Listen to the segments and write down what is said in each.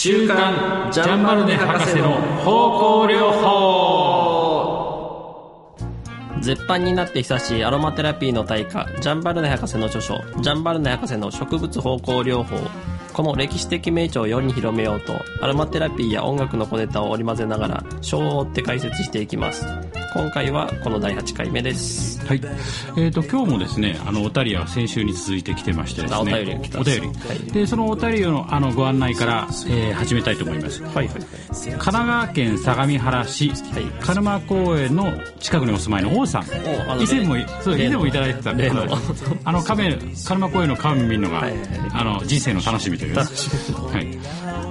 週刊ジャンバルネ博士の方向療法。 絶版になって久しいアロマテラピーの大家ジャンバルネ博士の著書ジャンバルネ博士の植物方向療法。この歴史的名著を世に広めようとアロマテラピーや音楽の小ネタを織り交ぜながら章を追って解説していきます。今回はこの第8回目です。 はい。今日もですね、お便りは先週に続いてきてましてですね。 お便りが来た。 お便り。はい、で、そのお便りのご案内から、始めたいと思います。 はいはい。 神奈川県相模原市、鹿沼公園の近くにお住まいの王さん。以前もいただいてたんで、鹿沼公園の川見見るのが、人生の楽しみという。はい。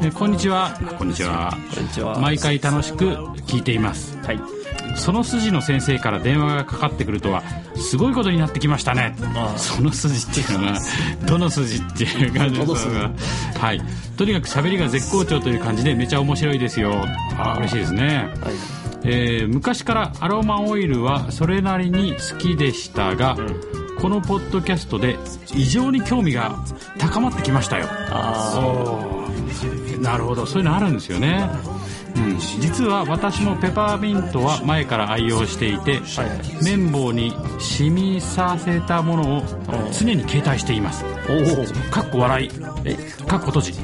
こんにちは。こんにちは。毎回楽しく聞いています。はい。その筋の先生から電話がかかってくるとはすごいことになってきましたね。その筋っていうのがどの筋っていう感じですが、はい、とにかく喋りが絶好調という感じでめちゃ面白いですよ。嬉しいですね。はい。昔からアロマオイルはそれなりに好きでしたが、このポッドキャストで異常に興味が高まってきましたよ。なるほど、そういうのあるんですよね。実は私もペパーミントは前から愛用していて、綿棒に染みさせたものを常に携帯しています。かっこ笑い、かっこ閉じ、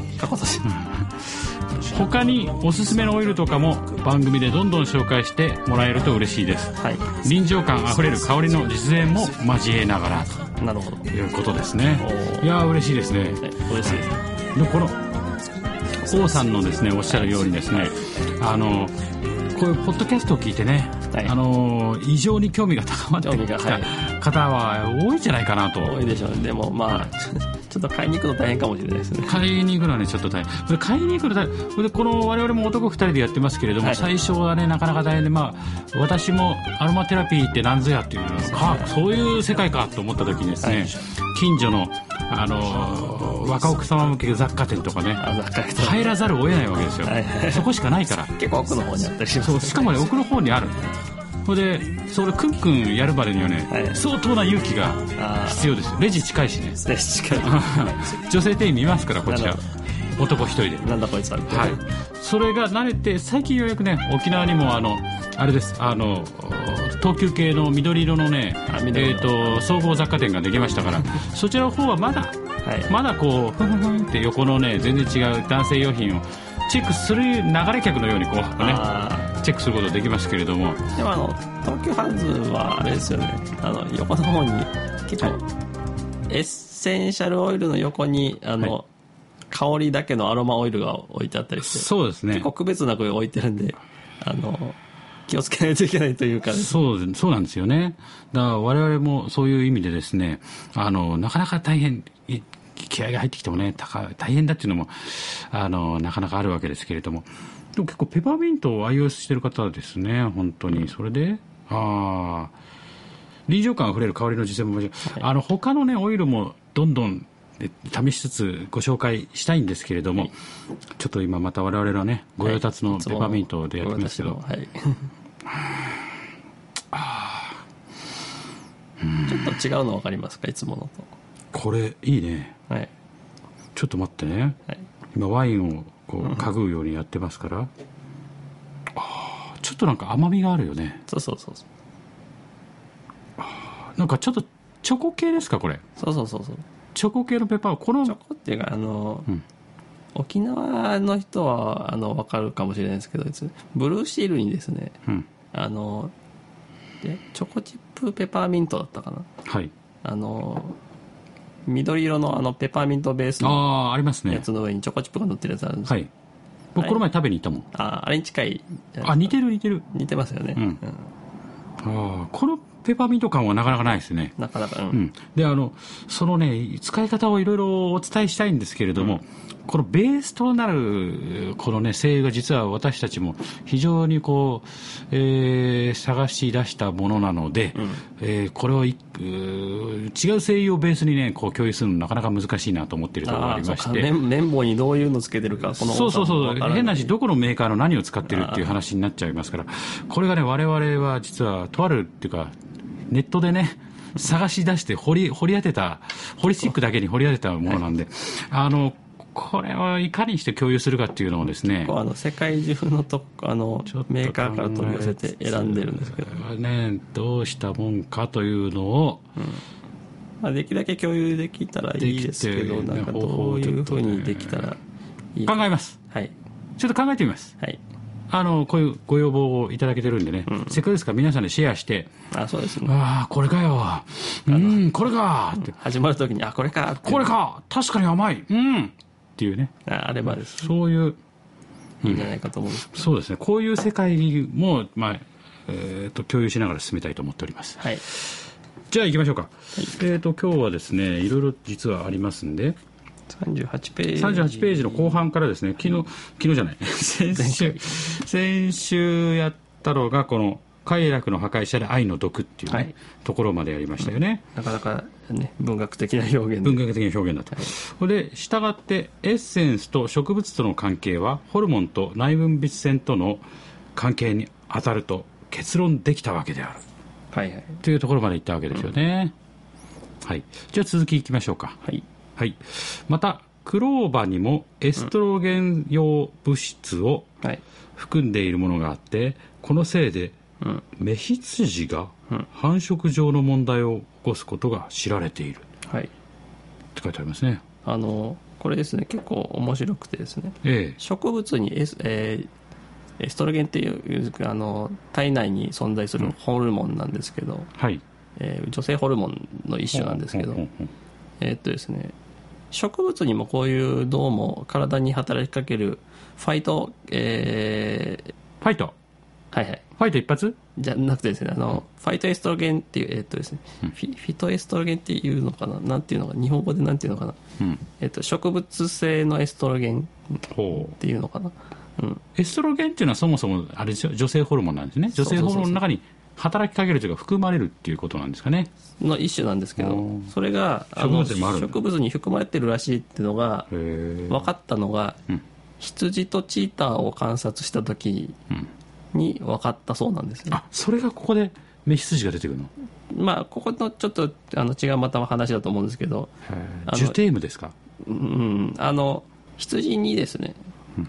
他におすすめのオイルとかも番組でどんどん紹介してもらえると嬉しいです。臨場感あふれる香りの実演も交えながらということですね。いや嬉しいですね。 嬉しい。 でこの王さんのですねおっしゃるようにですね、こういうポッドキャストを聞いてね、異常に興味が高まってきた方は多いんじゃないかなと。 多いでしょうね。でもちょっと買いに行くの大変かもしれないですね。 買いに行くのはねちょっと大変。それ買いに行くの大変。それでこの我々も男2人でやってますけれども、最初はねなかなか大変で、私もアロマテラピーって何ぞやっていうのか、そういう世界かと思った時にですね、近所の若奥様向け雑貨店とかね入らざるを得ないわけですよ。そこしかないから。 結構奥の方にあったりします。 そう、しかもね奥の方にある。それでそれクンクンやるまでにはね、相当な勇気が必要ですよ。レジ近いしね。 レジ近い女性店員見ますからこっちは。男一人でなんだこいつは、 それが慣れて最近ようやくね沖縄にもあれです東急系の緑色のね総合雑貨店ができましたからそちらの方はまだこうふんふんふんって横のね全然違う男性用品をチェックする流れ客のようにこうねチェックすることができますけれども、 でも東急ハンズはあれですよね、横の方に結構、エッセンシャルオイルの横に香りだけのアロマオイルが置いてあったりして、 そうですね、 結構区別なく置いてるんで気をつけないといけないというか、 そうなんですよね。だから我々もそういう意味でですねなかなか大変、気合が入ってきてもね大変だっていうのもなかなかあるわけですけれども、でも結構ペパーミントを愛用している方はですね本当にそれで臨場感あふれる香りの実践も、他のねオイルもどんどん試しつつご紹介したいんですけれども、ちょっと今また我々はねご用達のペパーミントでやってますけど、 ちょっと違うの分かりますか、いつものと。 これいいね、ちょっと待ってね、今ワインをこう嗅ぐようにやってますから、ちょっとなんか甘みがあるよね。 そうなんかちょっとチョコ系ですかこれ。そうチョコ系のペッパー、このチョコっていうか沖縄の人は分かるかもしれないですけど、ブルーシールにですね、でチョコチップペパーミントだったかな、緑色のペパーミントベースのありますね、 やつの上にチョコチップが乗ってるやつあるんですよ。 僕この前食べに行ったもん。 あれに近い。 似てる似てますよね。 このペーパーミント感はなかなかないですね。 なかなか。 でそのね使い方をいろいろお伝えしたいんですけれども、このベースとなるこのね精油が実は私たちも非常にこう、探し出したものなので、これを違う精油をベースにねこう共有するのなかなか難しいなと思っているところがありまして、 綿棒にどういうのつけてるか、 そう変なしどこのメーカーの何を使ってるっていう話になっちゃいますから、これがね我々は実はとあるっていうかネットでね探し出して掘り当てたホリスティックだけに掘り当てたものなんでこれをいかにして共有するかっていうのをですね、 世界中のメーカーから取り寄せて選んでるんですけど、 ね、どうしたもんかというのを、 できるだけ共有できたらいいですけど、なんかどういうふうにできたらいいか考えます。 はい。 ちょっと考えてみます。 はい。 こういうご要望をいただけてるんでね、せっかくですから皆さんでシェアして、 そうですね。 これかよ、これかって始まるときに、これかって、 これか、確かに甘い、っていうね、 あればです、 そういういいんじゃないかと思うんですけど、 そうですね、こういう世界も、共有しながら進めたいと思っております。 はい。 じゃあ行きましょうか。今日はですね、いろいろ実はありますんで、 38ページの後半からですね、昨日じゃない先週やったのがこの快楽の破壊者で愛の毒っていうね、ところまでやりましたよね。 なかなかね、文学的な表現だと。これで従ってエッセンスと植物との関係はホルモンと内分泌腺との関係に当たると結論できたわけである、というところまでいったわけですよね。じゃあ続きいきましょうか。またクローバにもエストロゲン用物質を含んでいるものがあって、このせいでメヒツジが繁殖上の問題を起こすことが知られている、って書いてありますね。 これですね、結構面白くてですね、植物にエストロゲンっていう体内に存在するホルモンなんですけど、女性ホルモンの一種なんですけど、ですね、植物にもこういうどうも体に働きかけるファイト一発じゃなくてですね、ファイトエストロゲンっていうですね、フィトエストロゲンっていうのかな、なんていうのか、日本語でなんていうのかな、植物性のエストロゲンっていうのかな、 エストロゲンっていうのはそもそもあれですよ、女性ホルモンなんですね。女性ホルモンの中に働きかけるというか含まれるっていうことなんですかね。 の一種なんですけど、それが植物に含まれてるらしいっていうのが分かったのが、羊とチーターを観察した時に分かったそうなんですよ。 それがここでメヒツジが出てくるの。 ここのちょっと違うまた話だと思うんですけど、 ジュテームですか。 羊にですね、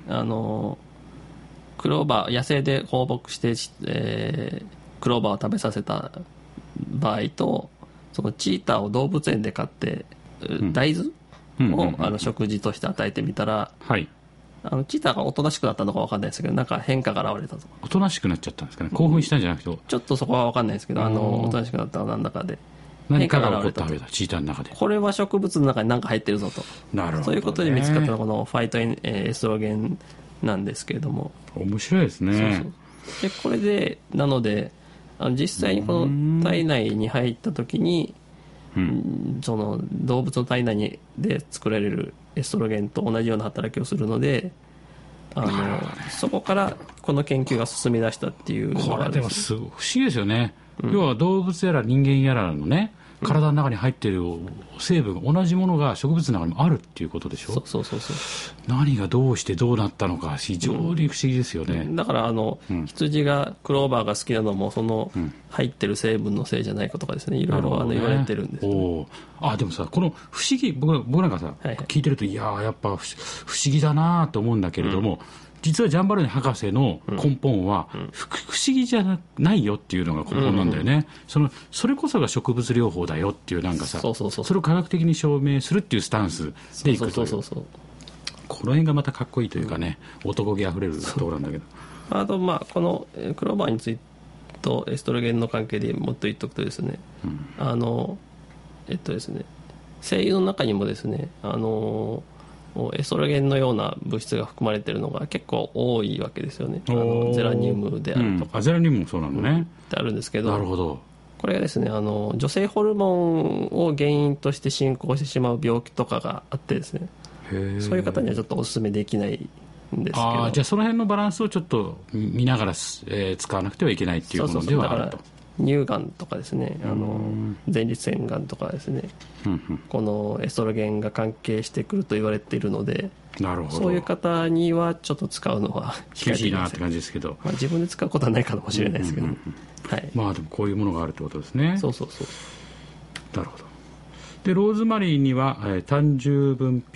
クローバー野生で放牧して、クローバーを食べさせた場合と、そのチーターを動物園で飼って、大豆を食事として与えてみたら、チーターがおとなしくなったのか分かんないですけど、なんか変化が現れたと。 おとなしくなっちゃったんですかね。興奮したんじゃなくて、 ちょっとそこは分かんないですけど、おとなしくなったのは何らかで何かが起こったわけだ、チーターの中で。 これは植物の中に何か入ってるぞと。 なるほどね。 そういうことで見つかったのがこのファイトエストロゲンなんですけれども、 面白いですね。 でこれでなので実際にこの体内に入った時に、その動物の体内で作られるエストロゲンと同じような働きをするので、そこからこの研究が進み出したっていうのが、 これでも不思議ですよね。要は動物やら人間やらのね、体の中に入っている成分が同じものが植物の中にもあるっていうことでしょ。 そう何がどうしてどうなったのか非常に不思議ですよね。 だから羊がクローバーが好きなのもその入ってる成分のせいじゃないかとかですね、いろいろ言われてるんですよね。 でもさ、この不思議、僕なんかさ、聞いてるとやっぱ不思議だなと思うんだけれども、実はジャンバルネ博士の根本は不思議じゃないよっていうのが根本なんだよね。それこそが植物療法だよっていう、なんかさ、それを科学的に証明するっていうスタンスでいくという、この辺がまたかっこいいというかね、男気あふれるところなんだけど、 あとこのクローバーについてとエストロゲンの関係でもっと言っとくとですね、ですね、精油の中にもですね、エストロゲンのような物質が含まれているのが結構多いわけですよね。ゼラニウムであるとか、 ゼラニウムもそうなんだね、 ってあるんですけど、 なるほど。 これがですね、女性ホルモンを原因として進行してしまう病気とかがあってですね、そういう方にはちょっとお勧めできないんですけど、 じゃあその辺のバランスをちょっと見ながら、使わなくてはいけないっていうものではあると。 乳がんとかですね、前立腺がんとかですね、このエストロゲンが関係してくると言われているので、 なるほど、 そういう方にはちょっと使うのは厳しいなって感じですけど、 自分で使うことはないかもしれないですけど、でもこういうものがあるってことですね。 なるほど。 でローズマリーには、単重分泌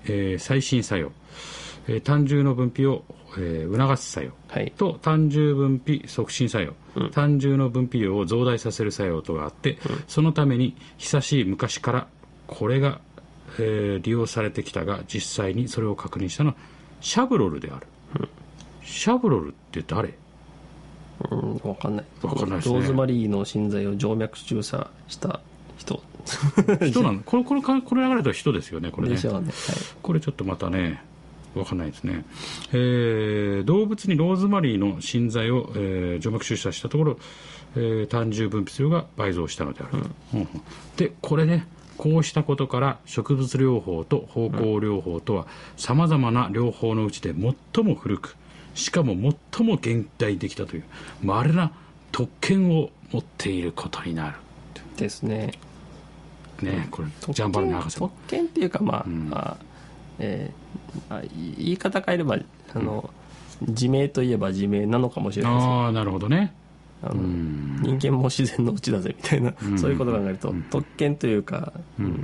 最新作用、単純の分泌を、促す作用、 はい、 と単純分泌促進作用、単純の分泌量を増大させる作用とがあって、そのために久しい昔からこれが、利用されてきたが、実際にそれを確認したのはシャブロルである。シャブロルって誰？ 分かんない。 分かんないですね。 ローズマリーの芯材を静脈注射した人なの？これ流れたら人ですよね、これね。 でしょうね。はい、これちょっとまたね、分かんないですね。動物にローズマリーの芯材を、静脈注射したところ、単純分泌量が倍増したのである。で、これね、こうしたことから植物療法と芳香療法とはさまざまな療法のうちで最も古く、しかも最も現代的だという稀な特権を持っていることになるですね。 これジャンバルネ博士特権っていうか、言い方変えれば自明といえば自明なのかもしれないです。 ああ、なるほどね。 人間も自然のうちだぜみたいな、そういうことを考えると、特権というか、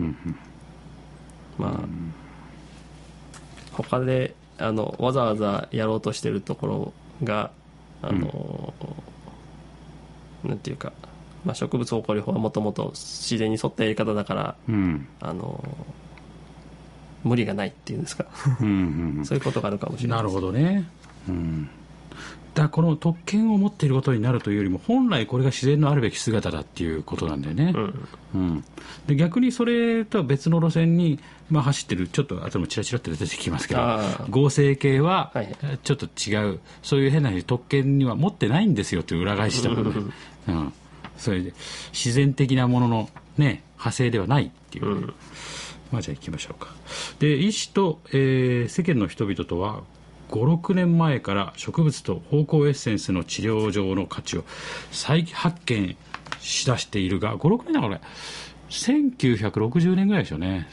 他でわざわざやろうとしてるところがなんていうか、植物芳香療法はもともと自然に沿ったやり方だから、無理がないっていうんですかそういうことがあるかもしれないです。 なるほどね。だこの特権を持っていることになるというよりも、本来これが自然のあるべき姿だっていうことなんだよね。で逆にそれとは別の路線に、走ってる、ちょっと後でもチラチラって出てきますけど、合成系はちょっと違う、そういう変な特権には持ってないんですよという裏返しだからね。それで自然的なものの、派生ではないっていう、じゃあ行きましょうか。で医師と、世間の人々とは5、6年前から植物と芳香エッセンスの治療上の価値を再発見しだしているが、5、6年だから1960年ぐらいでしょうね。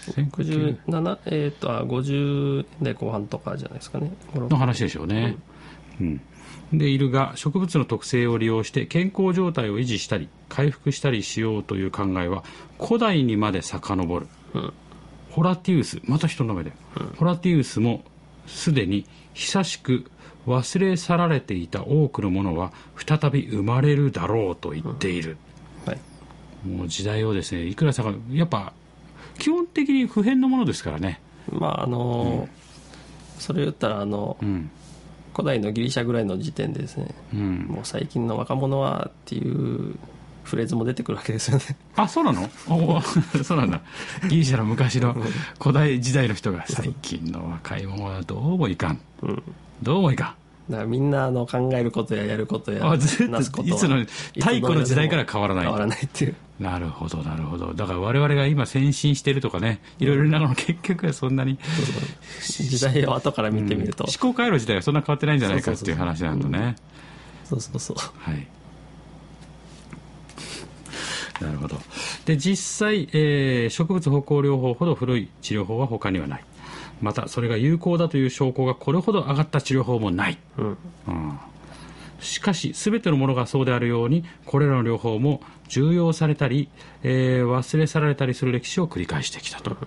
50代後半とかじゃないですかね。 の話でしょうね。でいるが、植物の特性を利用して健康状態を維持したり回復したりしようという考えは古代にまで遡る。ホラティウス、また人の名前だよ。ホラティウスもすでに久しく忘れ去られていた多くのものは再び生まれるだろうと言っている。もう時代をですね、いくらやっぱ基本的に不変のものですからね。 それ言ったら古代のギリシャぐらいの時点でですね、もう最近の若者はっていうフレーズも出てくるわけですよね。 あ、そうなの？そうなんだ。ギリシャの昔の古代時代の人が最近の若い者はどうもいかん、どうもいかん。 だからみんな考えることややることやなすことはいつの太古の時代から変わらない。 変わらないっていう。 なるほどなるほど。だから我々が今先進してるとかね、いろいろなの結局はそんなに時代を後から見てみると、 思考回路自体はそんな変わってないんじゃないかっていう話なんだね。 そうそうそう。 はい。なるほど。で実際、植物芳香療法ほど古い治療法は他にはない。またそれが有効だという証拠がこれほど上がった治療法もない。しかし全てのものがそうであるように、これらの療法も重用されたり、忘れ去られたりする歴史を繰り返してきたと。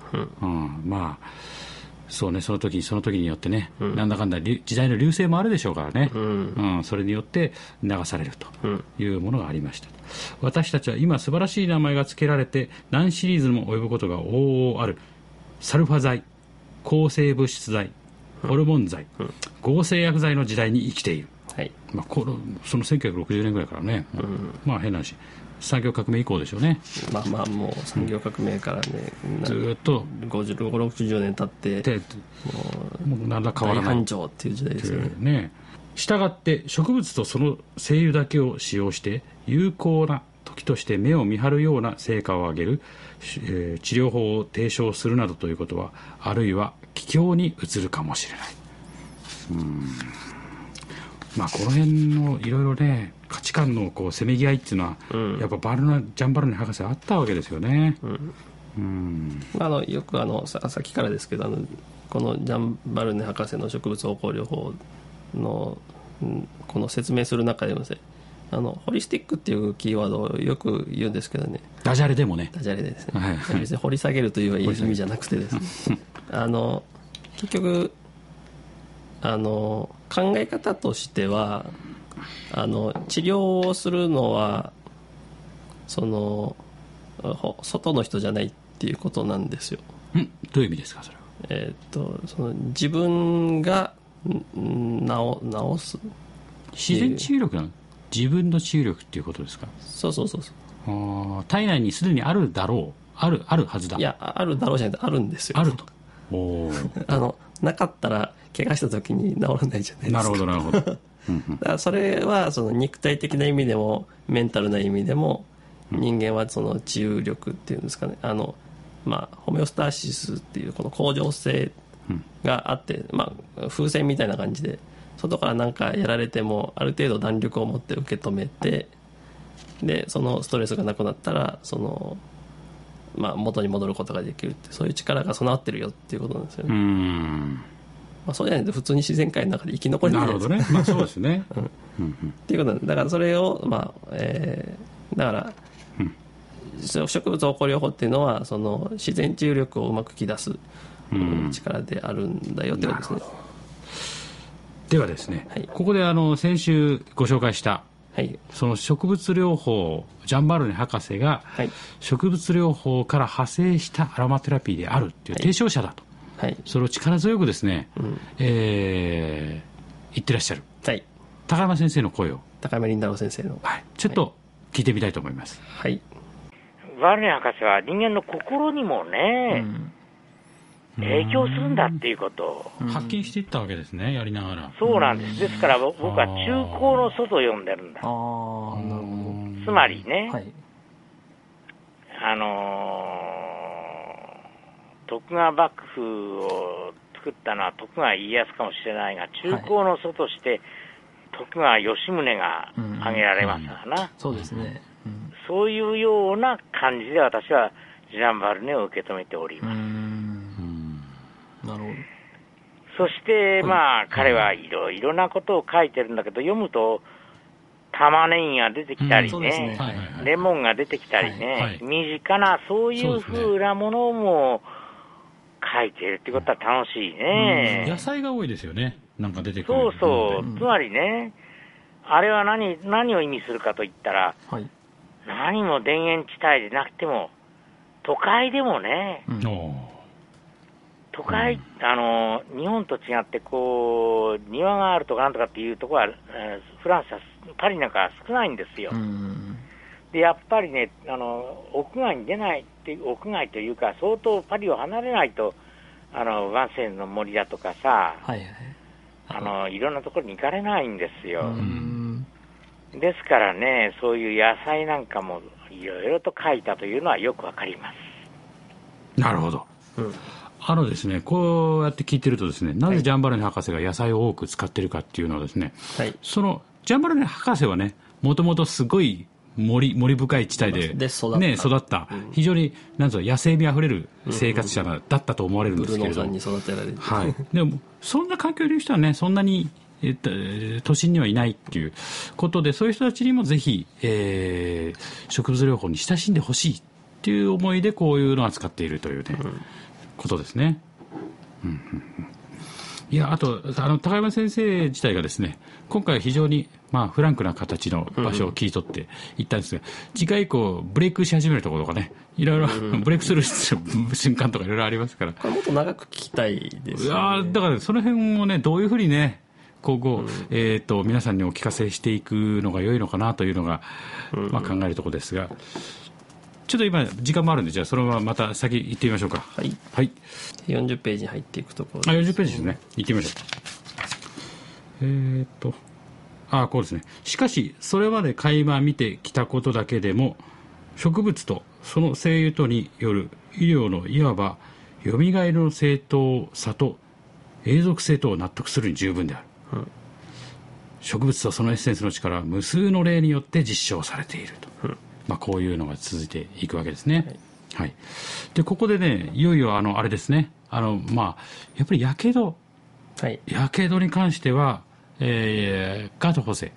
そうね、その時によってね、なんだかんだ時代の隆盛もあるでしょうからね、それによって流されるというものがありました。私たちは今素晴らしい名前が付けられて何シリーズも及ぶことが往々あるサルファ剤、抗生物質剤、ホルモン剤、合成薬剤の時代に生きている。その1960年ぐらいからね、変な話、産業革命以降でしょうね。 もう産業革命からね、 ずっと 50、60年経ってもう何ら変わらない大繁盛っていう時代ですよね。 したがって植物とその精油だけを使用して有効な時として目を見張るような成果を上げる、治療法を提唱するなどということは、あるいは奇境に移るかもしれない。この辺のいろいろね、価値観のせめぎ合いっていうのは、やっぱジャンバルネ博士あったわけですよね。 よくさっきからですけど、このジャンバルネ博士の植物芳香療法のこの説明する中でもですね、ホリスティックっていうキーワードをよく言うんですけどね、 ダジャレでもね、 ダジャレでですね、別に掘り下げるという意味じゃなくてですね結局考え方としては治療をするのは外の人じゃないっていうことなんですよ。 どういう意味ですかそれは。 自分が治す自然治癒力なの？自分の治癒力っていうことですか？ そう体内にすでにあるだろう、あるはずだ。 いや、あるだろうじゃなくてあるんですよ。 あると。 なかったら怪我した時に治らないじゃないですか。 なるほどなるほど。だからそれは肉体的な意味でもメンタルな意味でも人間は治癒力っていうんですかね、ホメオスターシスっていうこの恒常性があって、風船みたいな感じで外から何かやられてもある程度弾力を持って受け止めて、でそのストレスがなくなったら元に戻ることができるって、そういう力が備わってるよっていうことなんですよね。そうじゃないと普通に自然界の中で生き残れないじゃないですか。 なるほどね。そうですね。 っていうことなんで、だからそれをだから、植物応効療法っていうのは自然治癒力をうまく引き出す力であるんだよってことですね。 ではですね、ここで先週ご紹介した、その植物療法、ジャンバルネ博士が植物療法から派生したアロマテラピーであるっていう提唱者だと、それを力強くですね、言ってらっしゃる、高山先生の声を、 高山林太郎先生の、 ちょっと聞いてみたいと思います。 バルネ博士は人間の心にもね、影響するんだっていうことを発見していったわけですね、やりながら。 そうなんです。ですから僕は中高の外を読んでるんだ。つまりね、徳川幕府を作ったのは徳川家康かもしれないが、中高の祖として徳川吉宗が挙げられますからな。 そうですね。 そういうような感じで私はジャンバルネを受け止めております。 なるほど。 そして彼はいろいろなことを書いてるんだけど、読むと玉ねぎが出てきたりね、レモンが出てきたりね、身近なそういうふうなものも書いてるってことは楽しいね。 野菜が多いですよね、なんか出てくる。 つまりね、あれは何を意味するかといったら、何も田園地帯でなくても都会でもね、都会、日本と違って庭があるとかなんとかっていうところはフランスはパリなんか少ないんですよ。でやっぱりね、屋外に出ないっていう、屋外というか相当パリを離れないとワンセンの森だとかさ、いろんなところに行かれないんですよ。ですからね、そういう野菜なんかもいろいろと書いたというのはよくわかります。 なるほど。ですね、こうやって聞いてるとですね、なぜジャンバルネ博士が野菜を多く使ってるかっていうのはですね、そのジャンバルネ博士はね、もともとすごい森深い地帯で、育った、非常に野生味あふれる生活者だったと思われるんですけれど、でもそんな環境にいる人はね、そんなに都心にはいないっていうことで、そういう人たちにもぜひ、植物療法に親しんでほしいっていう思いでこういうのを扱っているというね、ことですね。いや、あと高山先生自体がですね、今回は非常にフランクな形の場所を切り取っていったんですが、次回以降ブレイクし始めるところとかね、いろいろブレイクする瞬間とかいろいろありますから、 これもっと長く聞きたいですよね。 だからその辺をね、どういうふうにね、今後、皆さんにお聞かせしていくのが良いのかなというのが、考えるところですが、ちょっと今時間もあるんで、じゃあそのまままた先行ってみましょうか。 40ページに入っていくところです。40ページですね。行ってみましょう。こうですね。しかしそれまで垣間見てきたことだけでも、植物とその生油とによる医療のいわばよみがえりの正当さと永続性とを納得するに十分である。植物とそのエッセンスの力は無数の例によって実証されていると。こういうのが続いていくわけですね。でここでね、いよいよあれですね、やっぱりやけどに関しては、ガトフォセ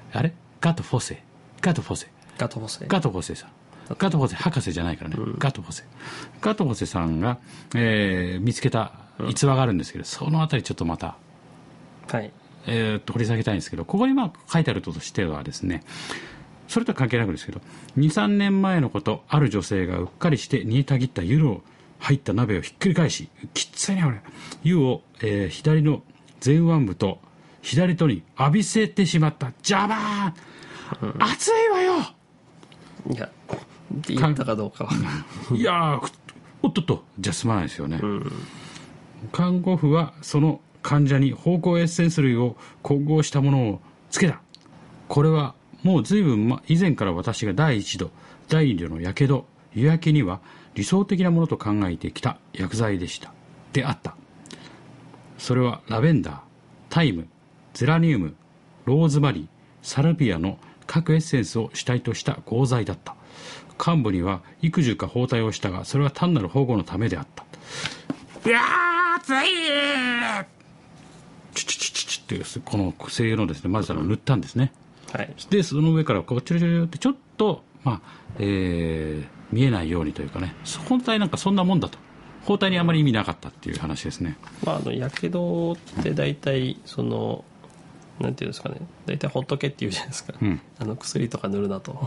さん、ガトフォセ博士じゃないからね、ガトフォセさんが、見つけた逸話があるんですけど、そのあたりちょっとまた、 はい、 掘り下げたいんですけど、ここに書いてあるとしてはですね、それとは関係なくですけど、2、3年前のこと、ある女性がうっかりして煮えたぎった湯の入った鍋をひっくり返し、きついねこれ、湯を、左の前腕部と左手に浴びせてしまった。邪魔ー、熱いわよ。 いや、言ったかどうかは。 いやおっとっと、じゃ済まないですよね。看護婦はその患者に芳香エッセンス類を混合したものをつけた。これはもう随分以前から私が第1度第2度のやけど、湯焼けには理想的なものと考えてきた薬剤であった。それはラベンダー、タイム、ゼラニウム、ローズマリー、サルビアの各エッセンスを主体とした合剤だった。幹部には幾重か包帯をしたが、それは単なる保護のためであった。いやー熱いっていうこの精油のですね、まず塗ったんですね。はい、でその上からこうチュルチュルってちょっと、見えないようにというかね、本体なんかそんなもんだと、包帯にあまり意味なかったっていう話ですね。 やけどって大体そのなんていうんですかね、大体ほっとけっていうじゃないですか、薬とか塗るなと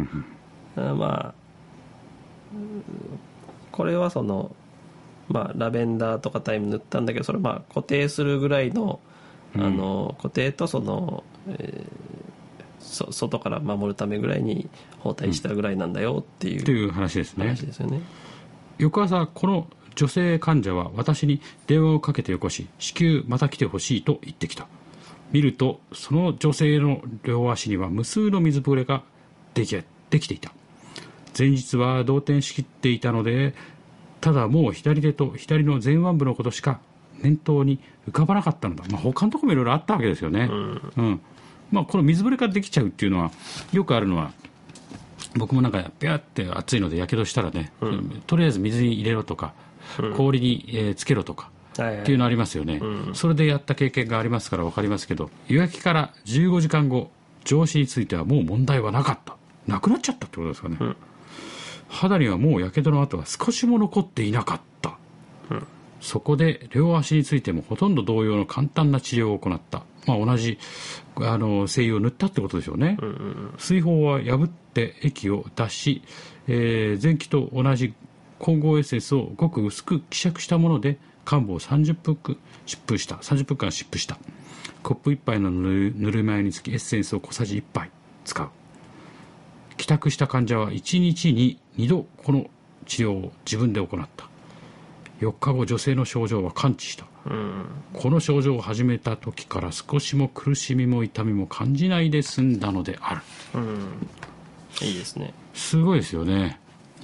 これはそのラベンダーとかタイム塗ったんだけど、それ固定するぐらいの、固定とその、外から守るためぐらいに包帯したぐらいなんだよっていう話ですね。 話ですよね。 翌朝この女性患者は私に電話をかけてよこし、至急また来てほしいと言ってきた。見るとその女性の両足には無数の水ぶくれができていた。前日は動転しきっていたので、ただもう左手と左の前腕部のことしか念頭に浮かばなかったのだ。他のところもいろいろあったわけですよね。この水ぶれができちゃうっていうのはよくあるのは、僕もなんかピャーって熱いのでやけどしたらね、とりあえず水に入れろとか、氷に、つけろとかっていうのありますよね。それでやった経験がありますから分かりますけど、湯焼きから15時間後、上司についてはもう問題はなかった、なくなっちゃったってことですかね。肌にはもうやけどの跡が少しも残っていなかった。そこで両足についてもほとんど同様の簡単な治療を行った。同じ精油を塗ったってことでしょうね。水泡は破って液を出し、前期と同じ混合エッセンスをごく薄く希釈したもので患部を30分間湿布した。コップ1杯のぬるま湯につきエッセンスを小さじ1杯使う。帰宅した患者は1日に2度この治療を自分で行った。4日後、女性の症状は完治した。この症状を始めた時から少しも苦しみも痛みも感じないで済んだのである。 いいですね。 すごいですよね。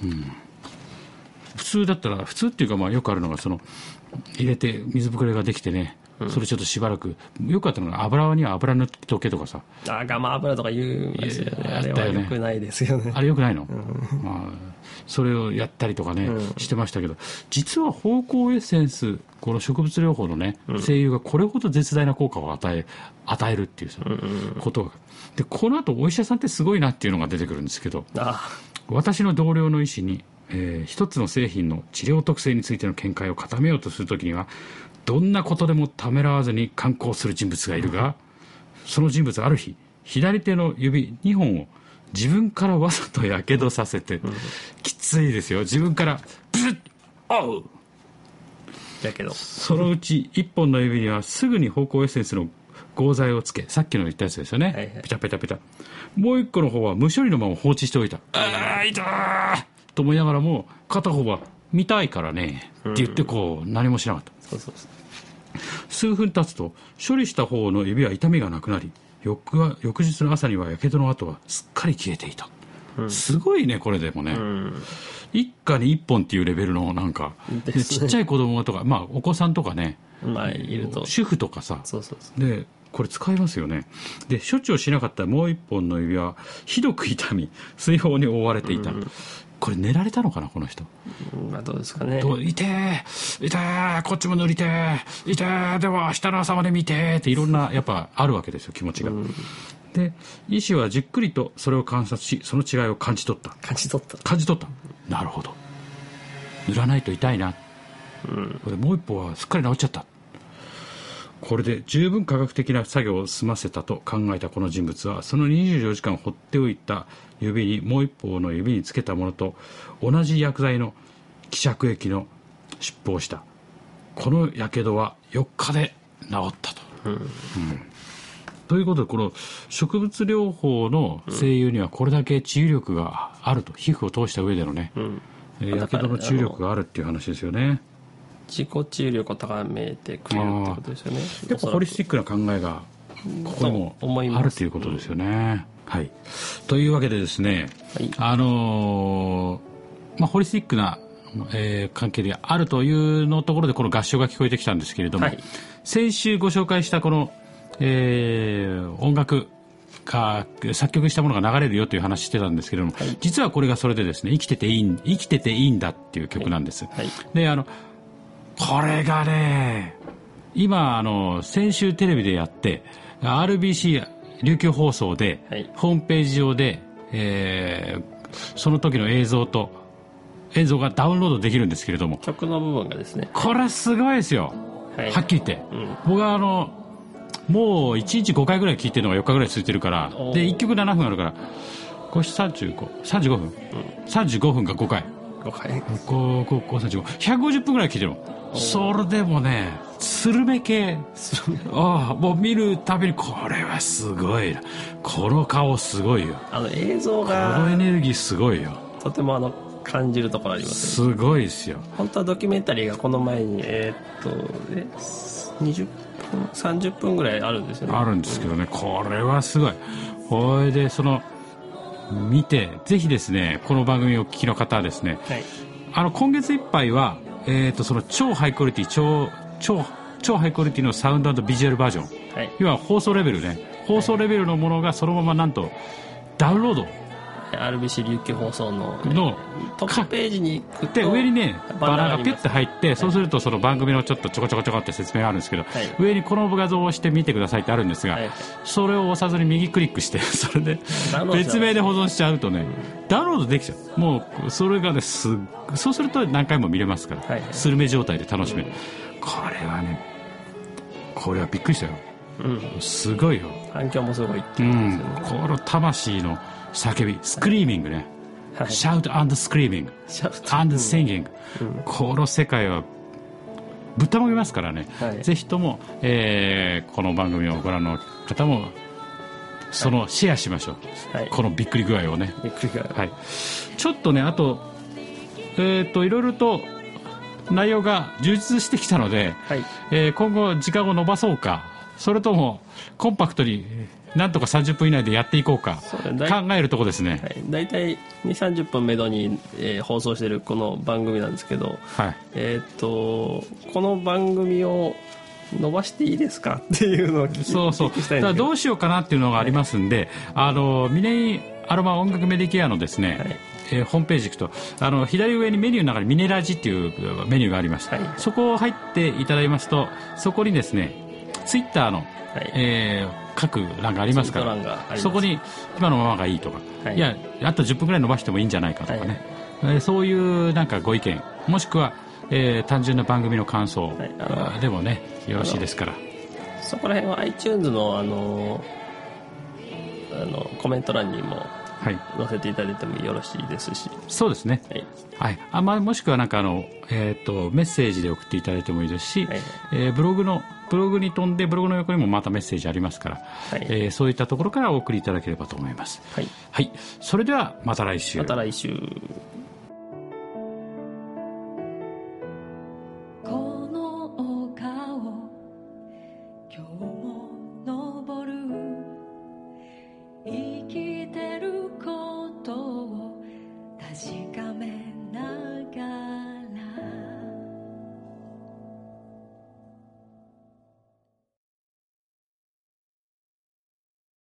普通だったら、普通っていうかよくあるのが、その入れて水ぶくれができてね、それちょっとしばらく、よくあったのが油には油塗っとけとかさ、 我慢油とか言うんですよね。あれはよくないですよね。 あれよくないの、それをやったりとかね、してましたけど、実は芳香エッセンス、この植物療法のね、精油がこれほど絶大な効果を与えるっていうさ、ことがで、この後お医者さんってすごいなっていうのが出てくるんですけど、私の同僚の医師に、一つの製品の治療特性についての見解を固めようとするときには、どんなことでもためらわずに敢行する人物がいるが、その人物はある日、左手の指2本を自分からわざとやけどさせて、きついですよ、自分からブッおうだけど、 そのうち1本の指にはすぐに芳香エッセンスの合剤をつけ、さっきの言ったやつですよね、ペタペタペタ。もう1個の方は無処理のまま放置しておいた。痛ーと思いながらも、片方は見たいからねって言って何もしなかった。数分経つと処理した方の指は痛みがなくなり、翌日の朝にはやけどの跡はすっかり消えていた。すごいね、これでもね、一家に1本っていうレベルのなんか、ちっちゃい子供とか、お子さんとかね、 いると主婦とかさ、でこれ使いますよね。で処置をしなかったもう1本の指はひどく痛み、水泡に覆われていた。これ寝られたのかな、この人。 どうですかね。 痛えこっちも塗りてえ、痛えでは明日の朝まで見てっていろんなやっぱあるわけですよ、気持ちが。で医師はじっくりとそれを観察し、その違いを感じ取った。なるほど、塗らないと痛いな、 これもう一方はすっかり治っちゃった。これで十分科学的な作業を済ませたと考えたこの人物は、その24時間放っておいた指にもう一方の指につけたものと同じ薬剤の希釈液の湿布をした。このやけどは4日で治ったと、ということで、この植物療法の精油にはこれだけ治癒力があると、皮膚を通した上でのね、やけどの治癒力があるっていう話ですよね。 自己治癒力を高めてくれるってことですよね。 やっぱホリスティックな考えがここにもあるということですよね。はい。というわけでですね、ホリスティックな、関係であるというのところでこの合唱が聞こえてきたんですけれども、先週ご紹介したこの、音楽が作曲したものが流れるよという話してたんですけれども、実はこれがそれでですね、生きてていいんだっていう曲なんです。で、これがね、今先週テレビでやって RBC 琉球放送で、ホームページ上で、その時の映像がダウンロードできるんですけれども、 曲の部分がですね、 これすごいですよ、はっきり言って、僕はもう1日5回ぐらい聴いてるのが4日ぐらい続いてるから、で1曲7分あるから35分、35分が5回150分ぐらい聴いてるの。それでもね、スルメ系もう見るたびにこれはすごいな、この顔すごいよ、 映像がこのエネルギーすごいよ、 とても感じるところあります、 すごいですよ。 本当はドキュメンタリーがこの前に20分30分ぐらいあるんですよね。 あるんですけどね、これはすごい。これで見て、ぜひですね、この番組をお聞きの方はですね、今月いっぱいはその超ハイクオリティ超ハイクオリティのサウンド&ビジュアルバージョン、要は放送レベルのものがそのままなんとダウンロード、 RBC 琉球放送のトップページに行くと上にねバナーがピュッて入って、そうするとその番組のちょっとちょこちょこって説明があるんですけど、上にこの画像を押して見てくださいってあるんですが、それを押さずに右クリックして、それで別名で保存しちゃうとね、ダウンロードできちゃう。もうそれがね、そうすると何回も見れますから、スルメ状態で楽しめる。これはね、これはびっくりしたよ、すごいよ、 反響もすごいっていうですよね。 この魂の叫び、スクリーミングね、シャウト&スクリーミング&シンギング、この世界はぶったまげますからね、ぜひとも、この番組をご覧の方もシェアしましょう、このびっくり具合をね。ちょっとね、あといろいろと内容が充実してきたので、今後時間を延ばそうか、それともコンパクトになんとか30分以内でやっていこうか考えるとこですね。 だいたい 2,30 分めどに、放送しているこの番組なんですけど、この番組を伸ばしていいですかっていうのを聞きしたいんですけど、 だからどうしようかなっていうのがありますんで、ミネアロマ音楽メディケアのですね、ホームページ行くと左上にメニューの中にミネラジっていうメニューがあります、そこを入っていただきますと、そこにですねツイッターの、各欄がありますから、そこに今のままがいいとか、いやあと10分ぐらい伸ばしてもいいんじゃないかとかね、そういうなんかご意見、もしくは、単純な番組の感想、でもねよろしいですから、 そこら辺は iTunes のコメント欄にも載せていただいてもよろしいですし、 そうですね、もしくはなんかメッセージで送っていただいてもいいですし、ブログに飛んでブログの横にもまたメッセージありますから、そういったところからお送りいただければと思います。それではまた来週。